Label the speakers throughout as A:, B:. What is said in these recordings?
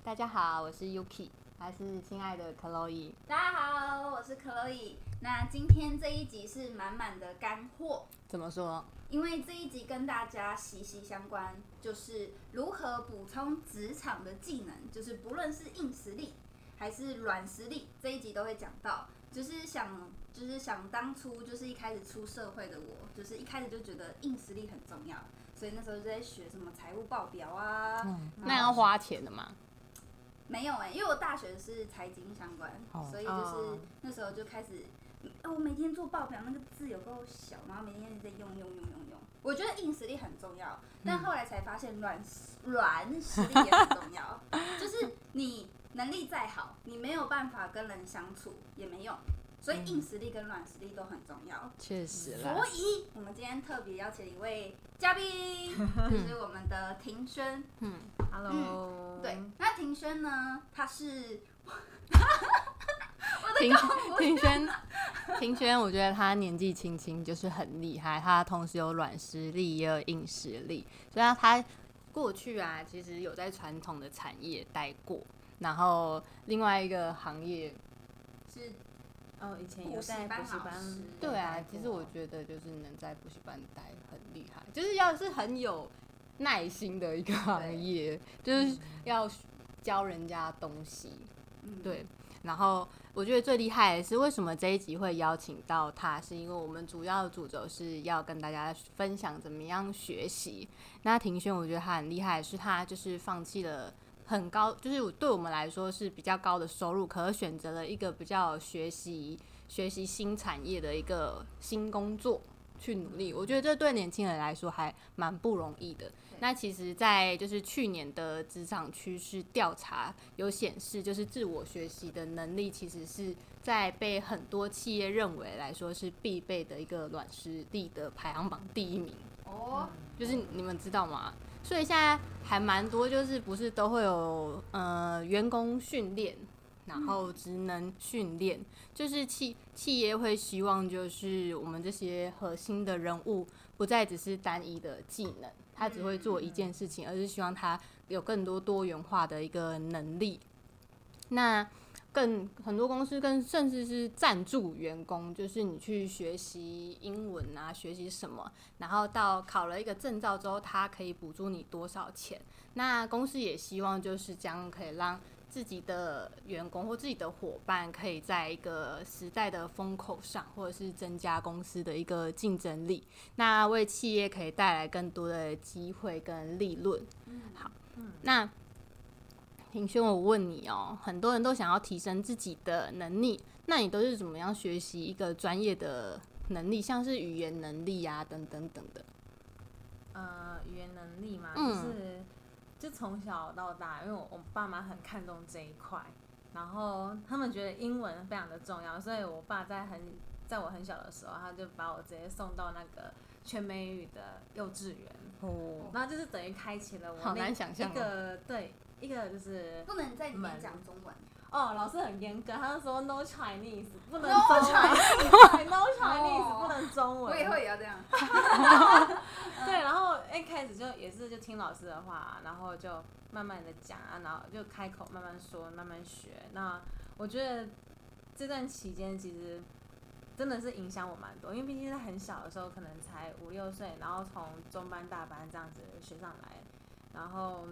A: 大家好，我是 Yuki， 还是亲爱的 Chloe。
B: 大家好，我是 Chloe。那今天这一集是满满的干货，
A: 怎么说？
B: 因为这一集跟大家息息相关，就是如何补充职场的技能，就是不论是硬实力还是软实力，这一集都会讲到。就是想当初就是一开始出社会的我，就是一开始就觉得硬实力很重要，所以那时候就在学什么财务报表啊。
A: 那要花钱的吗？
B: 没有因为我大学是财经相关，所以就是那时候就开始，我每天做报表那个字有够小，然后每天一直在用。我觉得硬实力很重要，但后来才发现软实力也很重要。就是你能力再好，你没有办法跟人相处也没用。所以硬实力跟软实力都很重要，
A: 确实啦。
B: 所以我们今天特别邀请一位嘉宾，就是我们的庭轩。
C: Hello。
B: 对，那庭轩呢？他是
A: 庭轩，我觉得他年纪轻轻就是很厉害，他同时有软实力也有硬实力，所以他过去啊，其实有在传统的产业待过，然后另外一个行业
B: 是。
C: 以前有在补习班。
A: 对啊，其实我觉得就是能在补习班待很厉害，就是要是很有耐心的一个行业，就是要教人家东西。对。然后我觉得最厉害的是为什么这一集会邀请到他，是因为我们主要的主轴是要跟大家分享怎么样学习。那庭轩我觉得他很厉害的是他就是放弃了很高，就是对我们来说是比较高的收入，可是选择了一个比较学习新产业的一个新工作去努力。我觉得这对年轻人来说还蛮不容易的。那其实在就是去年的职场趋势调查有显示，就是自我学习的能力其实是在被很多企业认为来说是必备的一个软实力的排行榜第1名。就是你们知道吗？所以现在还蛮多，就是不是都会有员工训练，然后职能训练，就是企业会希望就是我们这些核心的人物不再只是单一的技能，他只会做一件事情，而是希望他有更多多元化的一个能力。那很多公司甚至是赞助员工，就是你去学习英文啊，学习什么，然后到考了一个证照之后，他可以补助你多少钱。那公司也希望就是这样可以让自己的员工或自己的伙伴可以在一个时代的风口上，或者是增加公司的一个竞争力，那为企业可以带来更多的机会跟利润。好，那庭轩，我问你很多人都想要提升自己的能力，那你都是怎么样学习一个专业的能力，像是语言能力啊等等等的？
C: 语言能力嘛，就从小到大，因为我爸妈很看重这一块，然后他们觉得英文非常的重要，所以我爸在我很小的时候，他就把我直接送到那个全美语的幼稚园，然后就是等于开启了我
A: 好难想象
C: 一个就是
B: 不能在里面讲中文。
C: 老师很严格，他就说 no Chinese 不能
B: No
C: 中文
B: Chinese
C: no Chinese 不能中文。
B: 我以后也要这样。
C: 对，然后一开始也是听老师的话，然后就慢慢的讲啊，然后就开口慢慢说，慢慢学。那我觉得这段期间其实真的是影响我蛮多，因为毕竟在很小的时候，可能才5、6岁，然后从中班大班这样子学上来，然后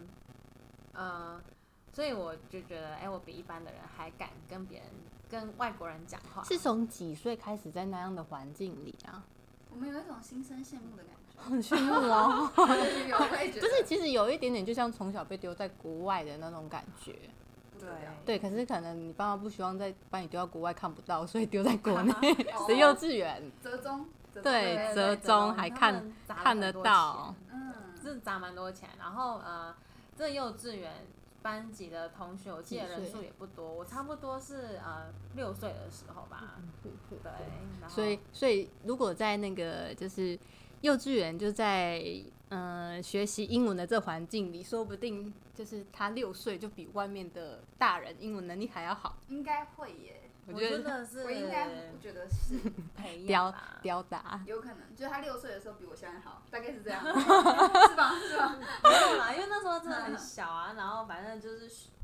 C: 所以我就觉得，我比一般的人还敢跟外国人讲话。
A: 是从几岁开始在那样的环境里啊？
B: 我们有一种心生羡慕的感觉。
A: 很羡慕哦。
B: 就是
A: 其实有一点点，就像从小被丢在国外的那种感觉。对，可是可能你爸妈不希望再把你丢到国外看不到，所以丢在国内的幼稚园。
B: 折中。
A: 对，折中还看得到。
C: 是砸蛮多钱，然后这幼稚园班级的同学，我记得人数也不多，我差不多是6岁的时候吧。对，
A: 所以如果在那个就是幼稚园就在学习英文的这环境里，说不定就是他6岁就比外面的大人英文能力还要好。
B: 应该会耶。
C: 我觉得是，
B: 我应该不觉得是
C: 培养
A: 吊打，
B: 有可能就是他6岁的时候比我现在好，大概是这样，是吧？
C: 没有啦，因为那时候真的很小啊，然后反正就是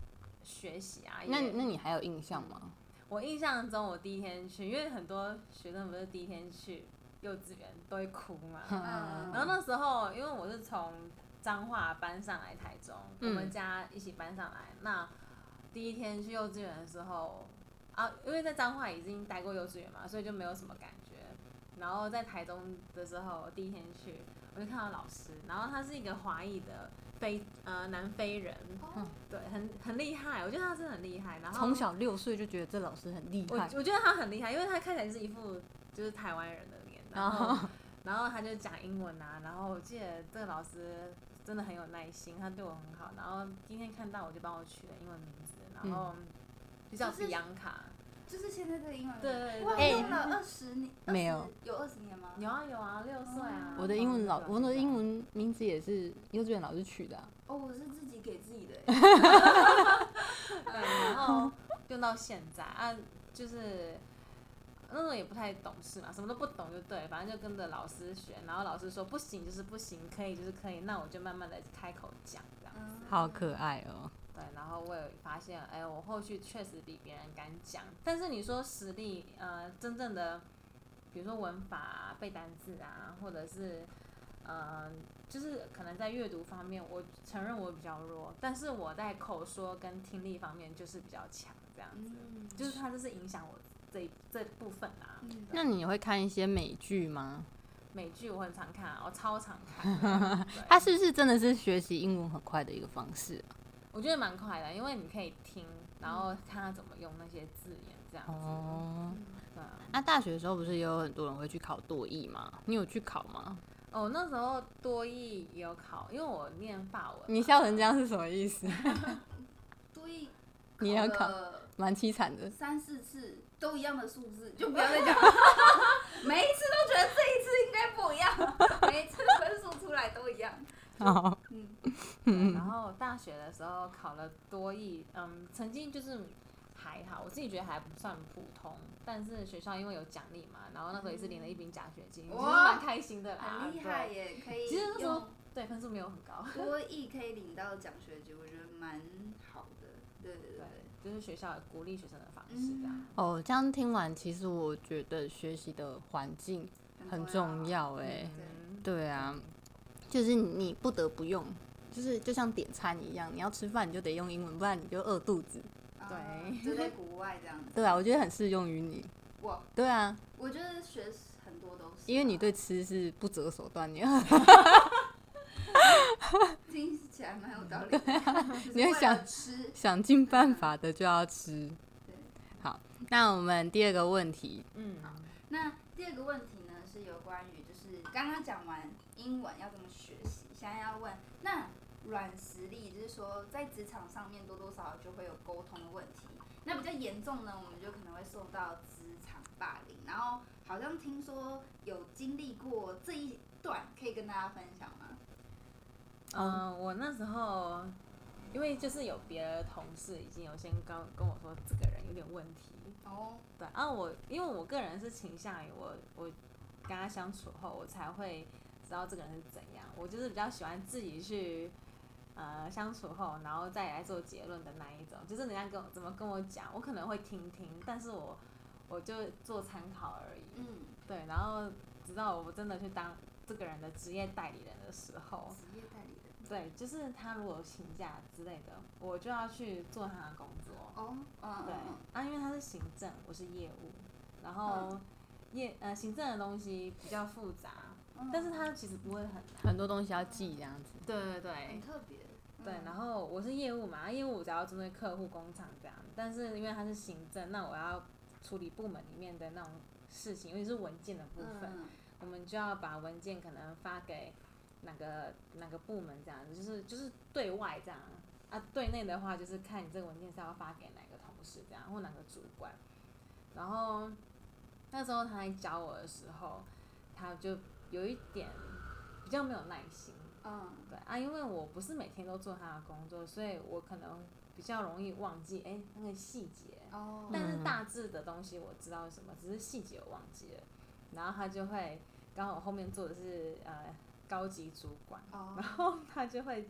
C: 学习啊。
A: 那你还有印象吗？
C: 我印象中，我第一天去，因为很多学生不是第一天去幼稚园都会哭嘛。然后那时候，因为我是从彰化搬上来台中，我们家一起搬上来。那第一天去幼稚园的时候啊，因为在彰化已经待过幼稚园嘛，所以就没有什么感觉。然后在台中的时候，第一天去，我就看到老师，然后他是一个华裔的南非人，对，很厉害，我觉得他真的很厉害。然后
A: 从小6岁就觉得这老师很厉害。
C: 我觉得他很厉害，因为他看起来是一副就是台湾人的脸，然后他就讲英文啊，然后我记得这个老师真的很有耐心，他对我很好。然后今天看到我就帮我取了英文名字，然后就叫比昂卡。
B: 就是现在这个英文，
C: 对，
B: 哇，用了20年，
A: 没有
B: 20年吗？
C: 有啊，6岁啊。
A: 我的英文名字也是幼稚园老师取的。
B: 我是自己给自己的。
C: 对，然后用到现在啊，就是那时候也不太懂事嘛，什么都不懂就对，反正就跟着老师学，然后老师说不行就是不行，可以就是可以，那我就慢慢的开口讲这样子。
A: 好可爱哦。
C: 对，然后我有发现，我后续确实比别人敢讲。但是你说实力，真正的，比如说文法啊、背单字啊，或者是，就是可能在阅读方面，我承认我比较弱，但是我在口说跟听力方面就是比较强，这样子，就是它就是影响我这部分啊。
A: 那你会看一些美剧吗？
C: 美剧我很常看啊，我超常看。
A: 它是不是真的是学习英文很快的一个方式啊？
C: 我觉得蛮快的，因为你可以听，然后看他怎么用那些字眼，这样子。对啊。
A: 那大学的时候不是也有很多人会去考多益吗？你有去考吗？
C: 那时候多益也有考，因为我念法文。
A: 你笑成这样是什么意思？
B: 多益
A: 你也要考，蛮凄惨的。
B: 3、4次都一样的数字，就不要再讲。每一次都觉得这一次应该不一样，每一次分数出来都一样。
C: 然后大学的时候考了多益，成绩就是还好，我自己觉得还不算普通，但是学校因为有奖励嘛，然后那时候也是领了一笔奖学金，其实蛮开心的啦。
B: 很厉害耶，可以。
C: 其实那时候对分数没有很高，
B: 多益可以领到奖学金，我觉得蛮好的。对，
C: 就是学校鼓励学生的方式这样。
A: 这样听完，其实我觉得学习的环境很重要哎。对啊。就是你不得不用，就像点餐一样，你要吃饭你就得用英文，不然你就饿肚子。
C: 对，
B: 就在国外这样子。
A: 对啊，我觉得很适用于你。对啊。
B: 我觉得学很多都是。
A: 因为你对吃是不择手段，你
B: 听起来蛮有道理的。
A: 你会想尽办法的就要吃。
B: 对。
A: 好，那我们第二个问题。
B: 好，那第二个问题呢是有关于就是刚刚讲完英文要怎么学习，现在要问那软实力，就是说在职场上面多多少少就会有沟通的问题。那比较严重呢，我们就可能会受到职场霸凌。然后好像听说有经历过这一段，可以跟大家分享吗？
C: 我那时候因为就是有别的同事已经有先跟我说这个人有点问题。对啊，因为我个人是倾向于我跟他相处后，我才会知道这个人是怎样。我就是比较喜欢自己去相处后，然后再来做结论的那一种。就是人家怎么跟我讲，我可能会听，但是我就做参考而已。对，然后直到我真的去当这个人的职业代理人的时候，对，就是他如果有请假之类的，我就要去做他的工作。对因为他是行政，我是业务，然后行政的东西比较复杂，但是他其实不会很难，
A: 很多东西要记这样子。
C: 对，
B: 很特别。
C: 对，然后我是业务嘛，业务只要针对客户、工厂这样，但是因为他是行政，那我要处理部门里面的那种事情，尤其是文件的部分，我们就要把文件可能发给哪个部门这样子，就是对外这样啊，对内的话就是看你这个文件是要发给哪个同事这样，或哪个主管。然后那时候他来教我的时候，他就有一点比较没有耐心。对啊，因为我不是每天都做他的工作，所以我可能比较容易忘记那个细节。但是大致的东西我知道是什么，只是细节我忘记了。然后他就会，刚好我后面做的是高级主管，然后他就会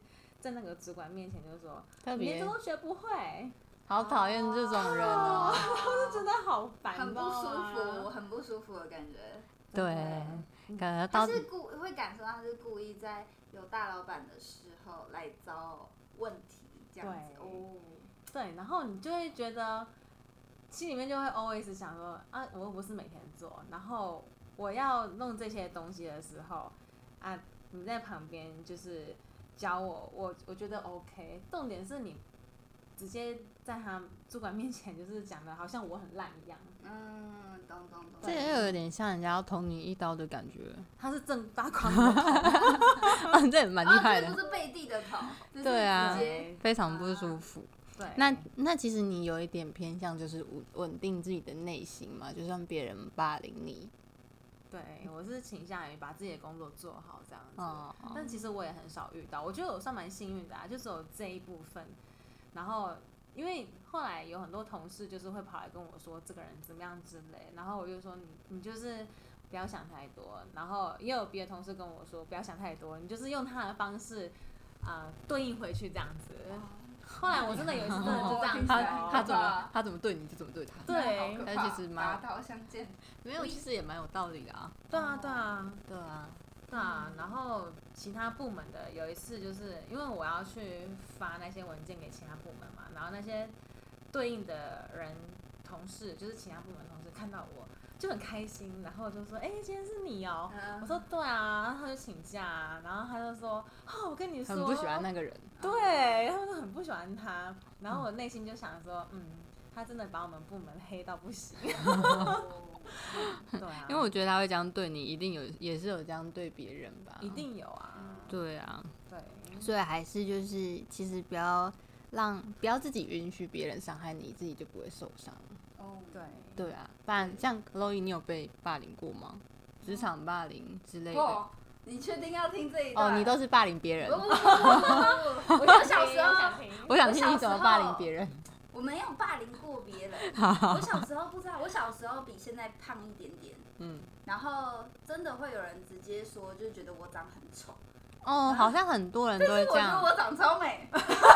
C: 在那个主管面前就说，
A: 特别
C: 你连这都学不会，
A: 好讨厌这种人哦，
C: 我就觉得好烦，
B: 很不舒服，很不舒服的感觉。
A: 对，感觉到
B: 他是会感受到他是故意在有大老板的时候来找问题这样子哦。
C: 对，然后你就会觉得心里面就会 always 想说啊，我又不是每天做，然后我要弄这些东西的时候啊，你在旁边就是教我觉得 OK， 重点是你直接在他主管面前就是讲的好像我很烂一样。
B: 懂。
A: 这也有点像人家要捅你一刀的感觉。
C: 他是正大狂的捅，
A: 啊，这也蛮厉害的。
B: 这不是背地的捅，
A: 对啊，
B: 直
A: 非常不舒服。
C: 对，
A: 那其实你有一点偏向就是稳定自己的内心嘛，就算别人霸凌你。
C: 对，我是倾向于把自己的工作做好这样子。但其实我也很少遇到，我觉得我算蛮幸运的啊，就只有这一部分。然后因为后来有很多同事就是会跑来跟我说这个人怎么样之类，然后我就说你就是不要想太多，然后也有别的同事跟我说不要想太多，你就是用他的方式对应回去这样子。后来我真的有一次真的就这样子
A: 他怎么对你就怎么对他。
B: 对，
A: 但其实
B: 拔刀相见，
A: 没有，其实也蛮有道理的啊。
C: 对啊。然后其他部门的有一次就是因为我要去发那些文件给其他部门嘛，然后那些对应的人同事就是其他部门同事看到我就很开心，然后就说今天是你哦。我说对啊，然后他就请假，然后他就说我跟你说
A: 很不喜欢那个人。
C: 对，他们都很不喜欢他，然后我内心就想说他真的把我们部门黑到不行。对啊，
A: 因为我觉得他会这样对你，一定也是有这样对别人吧？
C: 一定有啊。
A: 对啊。
C: 对，
A: 所以还是就是其实不要自己允许别人伤害你，自己就不会受伤。对啊，不然像 Chloe， 你有被霸凌过吗？职场霸凌之类的。
B: 你确定要听这一段？
A: 你都是霸凌别人。
B: 我小时候，
A: 我想听你怎么霸凌别人。
B: 我没有霸凌过别人。我小时候不知道，我小时候比现在胖一点点。然后真的会有人直接说，就是觉得我长很丑。
A: 好像很多人都会这样。
B: 但是我觉得我长超美。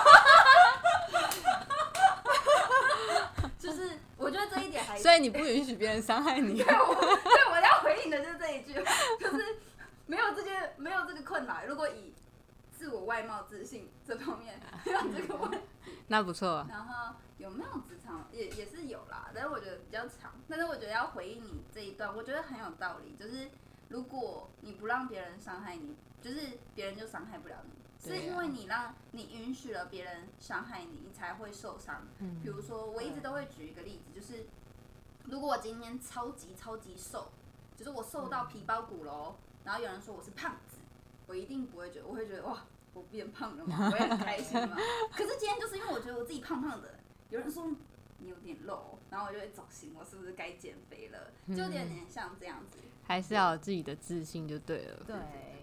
B: 就是我觉得这一点还。
A: 所以你不允许别人伤害你。
B: 对，我要回应的就是这一句，就是没有这个困扰。如果以自我外貌自信这方面没有这个问题，
A: 那不错。
B: 然后有没有职场也是有啦，但是我觉得比较长。但是我觉得要回应你这一段，我觉得很有道理。就是如果你不让别人伤害你，就是别人就伤害不了你。是因为你允许了别人伤害你，你才会受伤。比如说，我一直都会举一个例子，就是如果我今天超级瘦，就是我瘦到皮包骨喽，然后有人说我是胖子，我一定不会觉得，我会觉得哇，我变胖了嘛，我会很开心嘛。可是今天就是因为我觉得我自己胖胖的，有人说你有点肉，然后我就会走心，我是不是该减肥了？就有点像这样子。
A: 还是要有自己的自信就对了。
C: 对。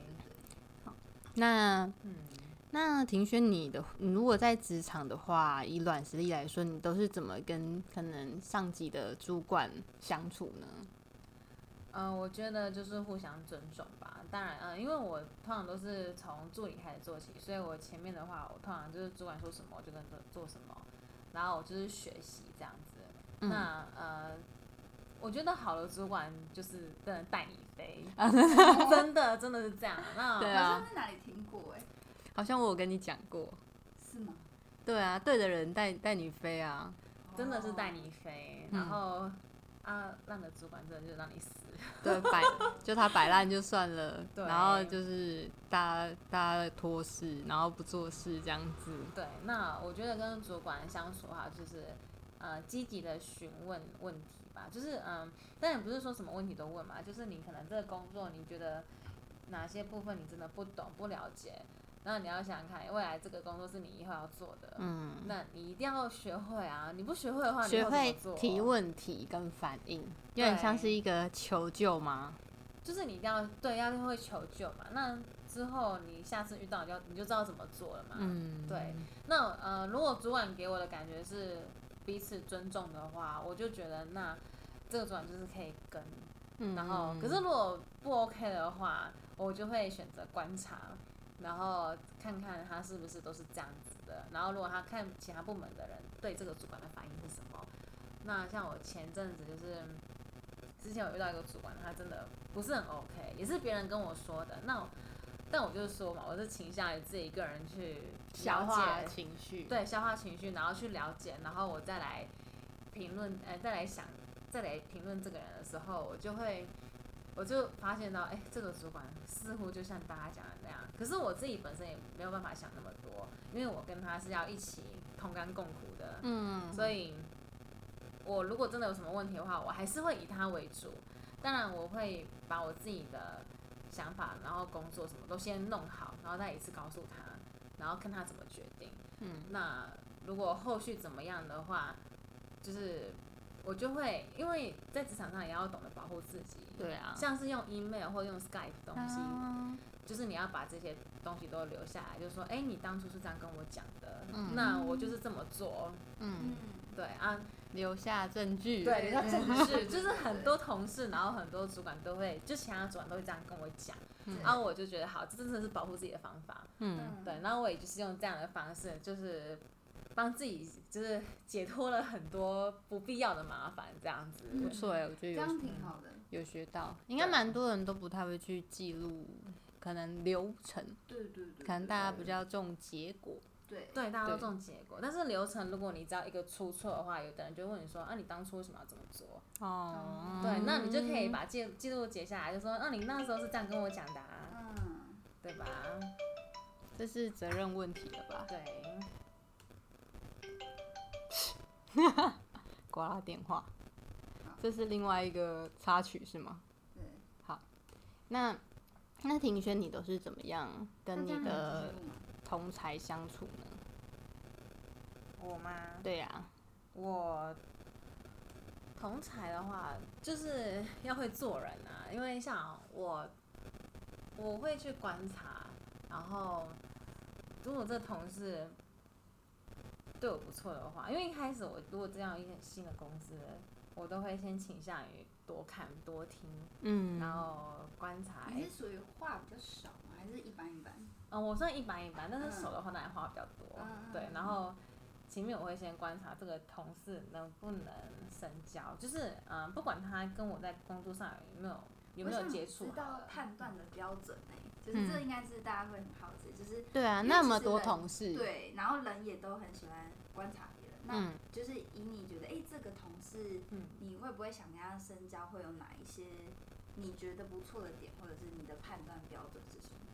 A: 那庭轩，你如果在职场的话，以软实力来说，你都是怎么跟可能上级的主管相处呢？
C: 我觉得就是互相尊重吧。当然，因为我通常都是从助理开始做起，所以我前面的话，我通常就是主管说什么我就跟着做什么，然后我就是学习这样子。那我觉得好的主管就是真的带你飞，真的是这样。那
A: 对啊，
B: 好像在哪里听过
A: 好像我有跟你讲过。
B: 是吗？
A: 对啊，对的人带你飞啊，
C: 真的是带你飞。然后烂的主管真的就让你死。
A: 对，就他摆烂就算了，然后就是大家拖事，然后不做事这样子。
C: 对，那我觉得跟主管相处的话，就是积极的询问问题吧，就是但也不是说什么问题都问嘛，就是你可能这个工作你觉得哪些部分你真的不懂不了解，那你要想想看，未来这个工作是你以后要做的，那你一定要学会啊！你不学会的话，
A: 学会提问题跟反应，有点像是一个求救吗？
C: 就是你一定要会求救嘛。那之后你下次遇到你就知道怎么做了嘛。对。那如果主管给我的感觉是彼此尊重的话，我就觉得那这个主管就是可以跟。然后可是如果不 OK 的话，我就会选择观察。 然后看看他是不是都是这样子的，然后如果他看其他部门的人对这个主管的反应是什么，那像我前阵子就是之前有遇到一个主管，他真的不是很 OK， 也是别人跟我说的，但我就是说嘛，我是倾向于自己一个人去
A: 消化情绪，
C: 对，消化情绪，然后去了解，然后我再来评论，再来评论这个人的时候，我就发现到，这个主管似乎就像大家讲的那样，可是我自己本身也没有办法想那么多，因为我跟他是要一起同甘共苦的，所以我如果真的有什么问题的话，我还是会以他为主，当然我会把我自己的想法，然后工作什么都先弄好，然后再一次告诉他，然后看他怎么决定。那如果后续怎么样的话，就是我就会，因为在职场上也要懂得保护自己。
A: 对啊，
C: 像是用 email 或用 Skype 东西，就是你要把这些东西都留下来，就是说，你当初是这样跟我讲的，那我就是这么做。对啊，
A: 留下证据。
C: 对，留下证据，就是很多同事，然后很多主管都会，就其他主管都会这样跟我讲，然后我就觉得好，这真的是保护自己的方法。对，然后我也就是用这样的方式，就是帮自己就是解脱了很多不必要的麻烦，这样子。
A: 不错我觉得
B: 这样挺好的。
A: 有学到，应该蛮多人都不太会去记录，可能流程。
B: 对，
A: 可能大家比较重结果。
B: 对，
C: 大家都重结果，但是流程如果你只要一个出错的话，有的人就问你说，你当初为什么要这么做？对，那你就可以把记录截下来，就说，你那时候是这样跟我讲的啊，对吧？
A: 这是责任问题了吧？
C: 对。
A: 挂他电话，这是另外一个插曲是吗？
B: 对。
A: 好，那庭轩，你都是怎么样跟你的同才相处呢？
C: 我吗？
A: 对呀、
C: 我同才的话，就是要会做人啊，因为像我会去观察，然后如果这同事对我不错的话，因为一开始我如果这样一个新的公司，我都会先倾向于多看多听，然后观察。
B: 你是属于话比较少吗？还是一般一般？
C: 我算一般一般，但是熟的话当然话比较多。对，然后前面我会先观察这个同事能不能深交，就是不管他跟我在工作上有没有接触，
B: 知道判断的标准就是这应该是大家会很好奇，就是
A: 对啊，那么多同事，
B: 对，然后人也都很喜欢观察别人，那就是以你觉得，这个同事，你会不会想跟他深交？会有哪一些你觉得不错的点，或者是你的判断标准是什么？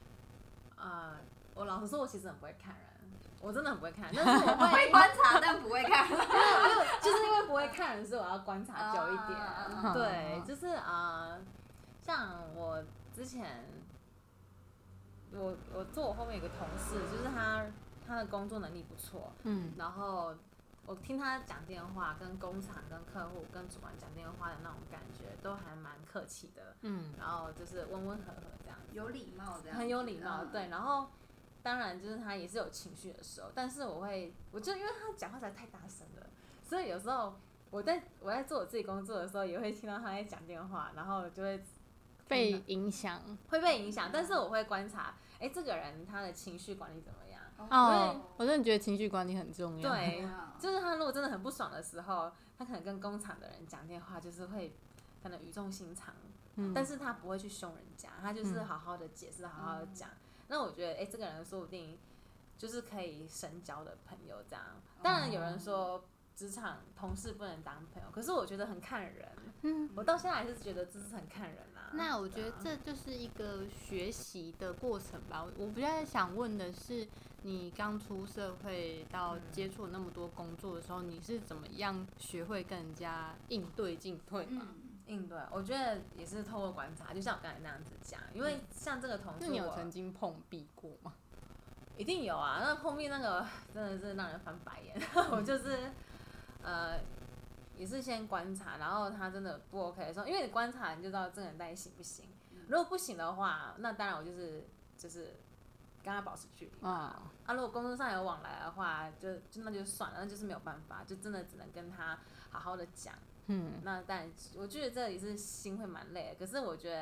C: 我老实说，我其实很不会看人，我真的很不会看人，但是我
B: 会观察，但不会看。
C: 就是因为不会看人，所以我要观察久一点。对，就是像我之前，我坐我后面有个同事，就是他的工作能力不错，然后我听他讲电话，跟工厂、跟客户、跟主管讲电话的那种感觉，都还蛮客气的，然后就是温温和和这样子，
B: 有礼貌这样，
C: 很有礼貌，对，然后当然就是他也是有情绪的时候，但是我就因为他讲话实在太大声了，所以有时候我在做我自己工作的时候，也会听到他在讲电话，然后就会
A: 被影响，
C: 但是我会观察，这个人他的情绪管理怎么样？
A: 我真的觉得情绪管理很重要。
C: 对，就是他如果真的很不爽的时候，他可能跟工厂的人讲电话，就是会可能语重心长，但是他不会去凶人家，他就是好好的解释，好好的讲。那我觉得，这个人说不定就是可以深交的朋友这样。当然有人说职场同事不能当朋友，可是我觉得很看人。我到现在还是觉得这是很看人啊。
A: 那我觉得这就是一个学习的过程吧。我比较想问的是，你刚出社会到接触那么多工作的时候，你是怎么样学会跟人家应对进退嘛？
C: 应对，我觉得也是透过观察，就像我刚才那样子讲，因为像这个同事，
A: 你有曾经碰壁过吗？
C: 一定有啊，那碰壁那个真的是让人翻白眼。我就是也是先观察，然后他真的不 OK 的时候，因为你观察你就知道这个人到底行不行。如果不行的话，那当然我就是跟他保持距离如果工作上有往来的话，那就算了，那就是没有办法，就真的只能跟他好好的讲。那当然，我觉得这也是心会蛮累的。可是我觉得，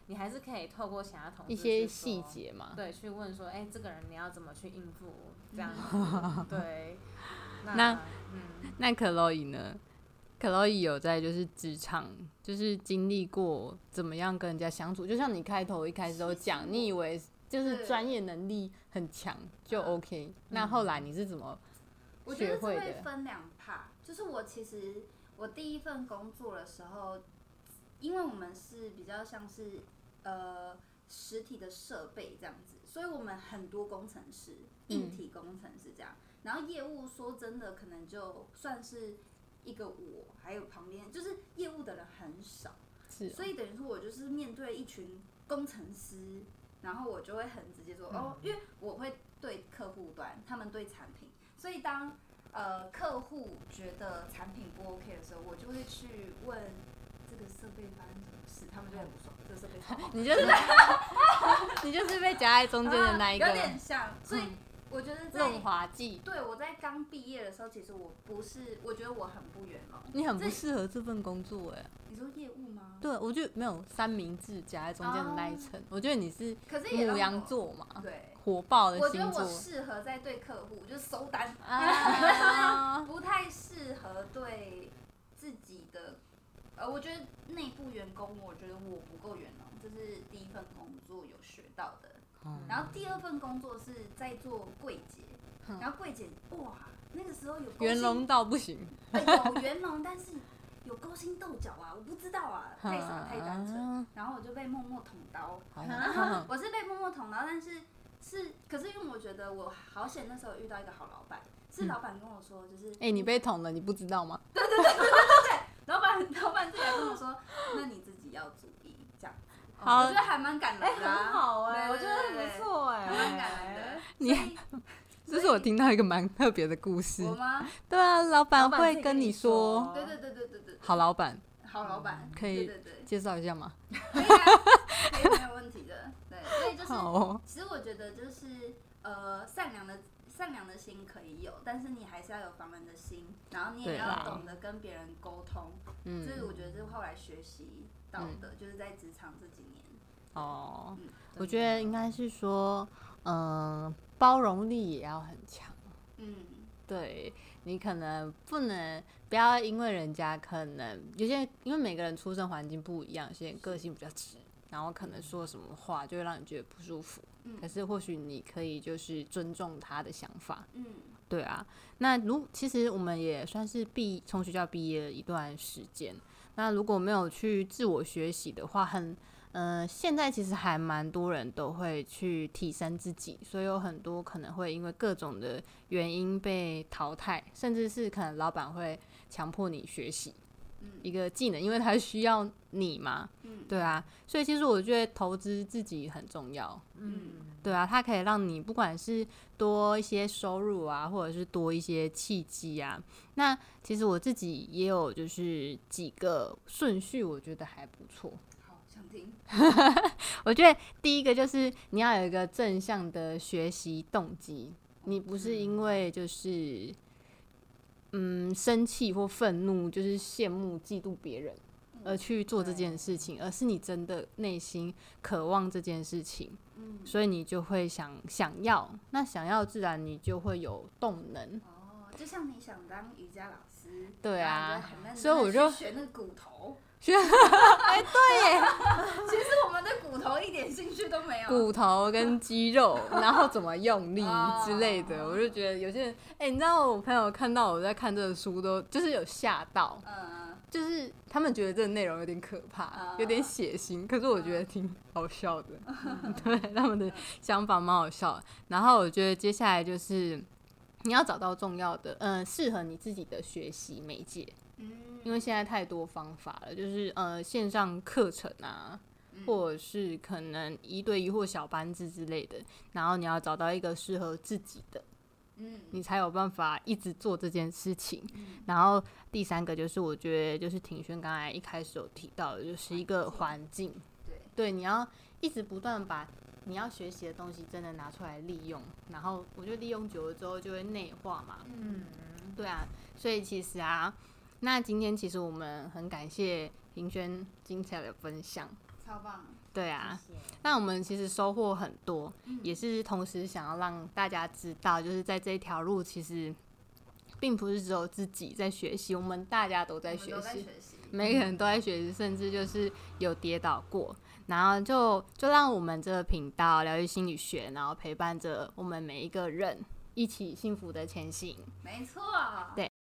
C: 你还是可以透过其他同事
A: 一些细节嘛，
C: 对，去问说，这个人你要怎么去应付这样子，对。
A: 那Chloe 呢？Chloe 有在就是职场就是经历过怎么样跟人家相处？就像你一开始都讲，你以为就是专业能力很强就 OK，那后来你是怎么学会的？
B: 我觉得这会分两 part，就是我第一份工作的时候，因为我们是比较像是实体的设备这样子，所以我们很多工程师，硬体工程师这样。然后业务说真的，可能就算是一个我，还有旁边就是业务的人很少，所以等于说我就是面对一群工程师，然后我就会很直接说因为我会对客户端，他们对产品，所以当客户觉得产品不 OK 的时候，我就会去问这个设备发生什么事，他们就很不爽，这个设备超好。
A: 你就是被夹在中间的那一个，
B: 有点像，所以。我觉得在
A: 润滑剂，
B: 对，我在刚毕业的时候，其实我不是，我觉得我很不圆融。
A: 你很不适合这份工作哎。
B: 你说业务吗？
A: 对，我觉得没有三明治夹在中间的那一层，我觉得你是牡羊座嘛，
B: 对，
A: 火爆的星座。
B: 我觉得我适合在对客户，就是收单，不太适合对自己的。我觉得内部员工，我觉得我不够圆融，这是第一份工作有学到的。然后第二份工作是在做柜姐，然后柜姐哇，那个时候有
A: 圆融到不行，
B: 有圆融，但是有勾心斗角啊，我不知道啊，太傻太单纯，然后我就被默默捅刀，我是被默默捅刀，但是可是因为我觉得我好险，那时候遇到一个好老板，是老板跟我说就是
A: 你被捅了，你不知道吗？
B: 对，老板自己来跟我说，那你自己要注意这样。我觉得还蛮感人的，
C: 很好
B: 对，
C: 我觉得很不错
B: 还蛮感人的。
A: 这是我听到一个蛮特别的故事。
B: 我吗？
A: 对啊，老板会跟你说，
B: 对，
A: 好老板，
B: 可
A: 以介绍一下吗？
B: 可以啊，可以没有问题的。对，所以就是，其实我觉得就是善良的心可以有，但是你还是要有防人的心，然后你也要懂得跟别人沟通。这是我觉得是后来学习到的，就是在职场这几年。
A: 我觉得应该是说，包容力也要很强。对，你可能不要因为人家可能有些，因为每个人出生环境不一样，有些人个性比较直，然后可能说什么话就会让你觉得不舒服。可是或许你可以就是尊重他的想法。对啊。那其实我们也算是从学校毕业了一段时间，那如果没有去自我学习的话，现在其实还蛮多人都会去提升自己，所以有很多可能会因为各种的原因被淘汰，甚至是可能老板会强迫你学习一个技能，因为他需要你嘛。对啊，所以其实我觉得投资自己很重要。对啊，它可以让你不管是多一些收入啊，或者是多一些契机啊。那其实我自己也有就是几个顺序，我觉得还不错。
B: 好，想听。
A: 我觉得第一个就是你要有一个正向的学习动机，你不是因为就是生气或愤怒，就是羡慕嫉妒别人而去做这件事情，而是你真的内心渴望这件事情。所以你就会想要，那想要自然你就会有动能。
B: 就像你想当瑜伽老师，
A: 对啊，
B: 所以我就学那个骨头。
A: 对耶，
B: 其实我们对骨头一点兴趣都没有。
A: 骨头跟肌肉，然后怎么用力之类的，我就觉得有些人，你知道我朋友看到我在看这个书都就是有吓到。就是他们觉得这个内容有点可怕，有点血腥，可是我觉得挺好笑的。对，他们的想法蛮好笑的。然后我觉得接下来就是你要找到重要的适合你自己的学习媒介。因为现在太多方法了，就是线上课程啊，或者是可能1对1或小班制之类的，然后你要找到一个适合自己的。你才有办法一直做这件事情。然后第三个就是我觉得就是庭轩刚才一开始有提到的，就是一个环境。对，你要一直不断把你要学习的东西真的拿出来利用，然后我觉得利用久了之后就会内化嘛。对啊，所以其实那今天其实我们很感谢庭轩精彩的分享，
B: 超棒。
A: 对啊，
C: 谢谢
A: 那我们其实收获很多，也是同时想要让大家知道，就是在这一条路其实并不是只有自己在学习，我们大家都在学习，每个人都在学习，甚至就是有跌倒过，然后就让我们这个频道疗愈心理学，然后陪伴着我们每一个人一起幸福的前行。
B: 没错。
A: 对，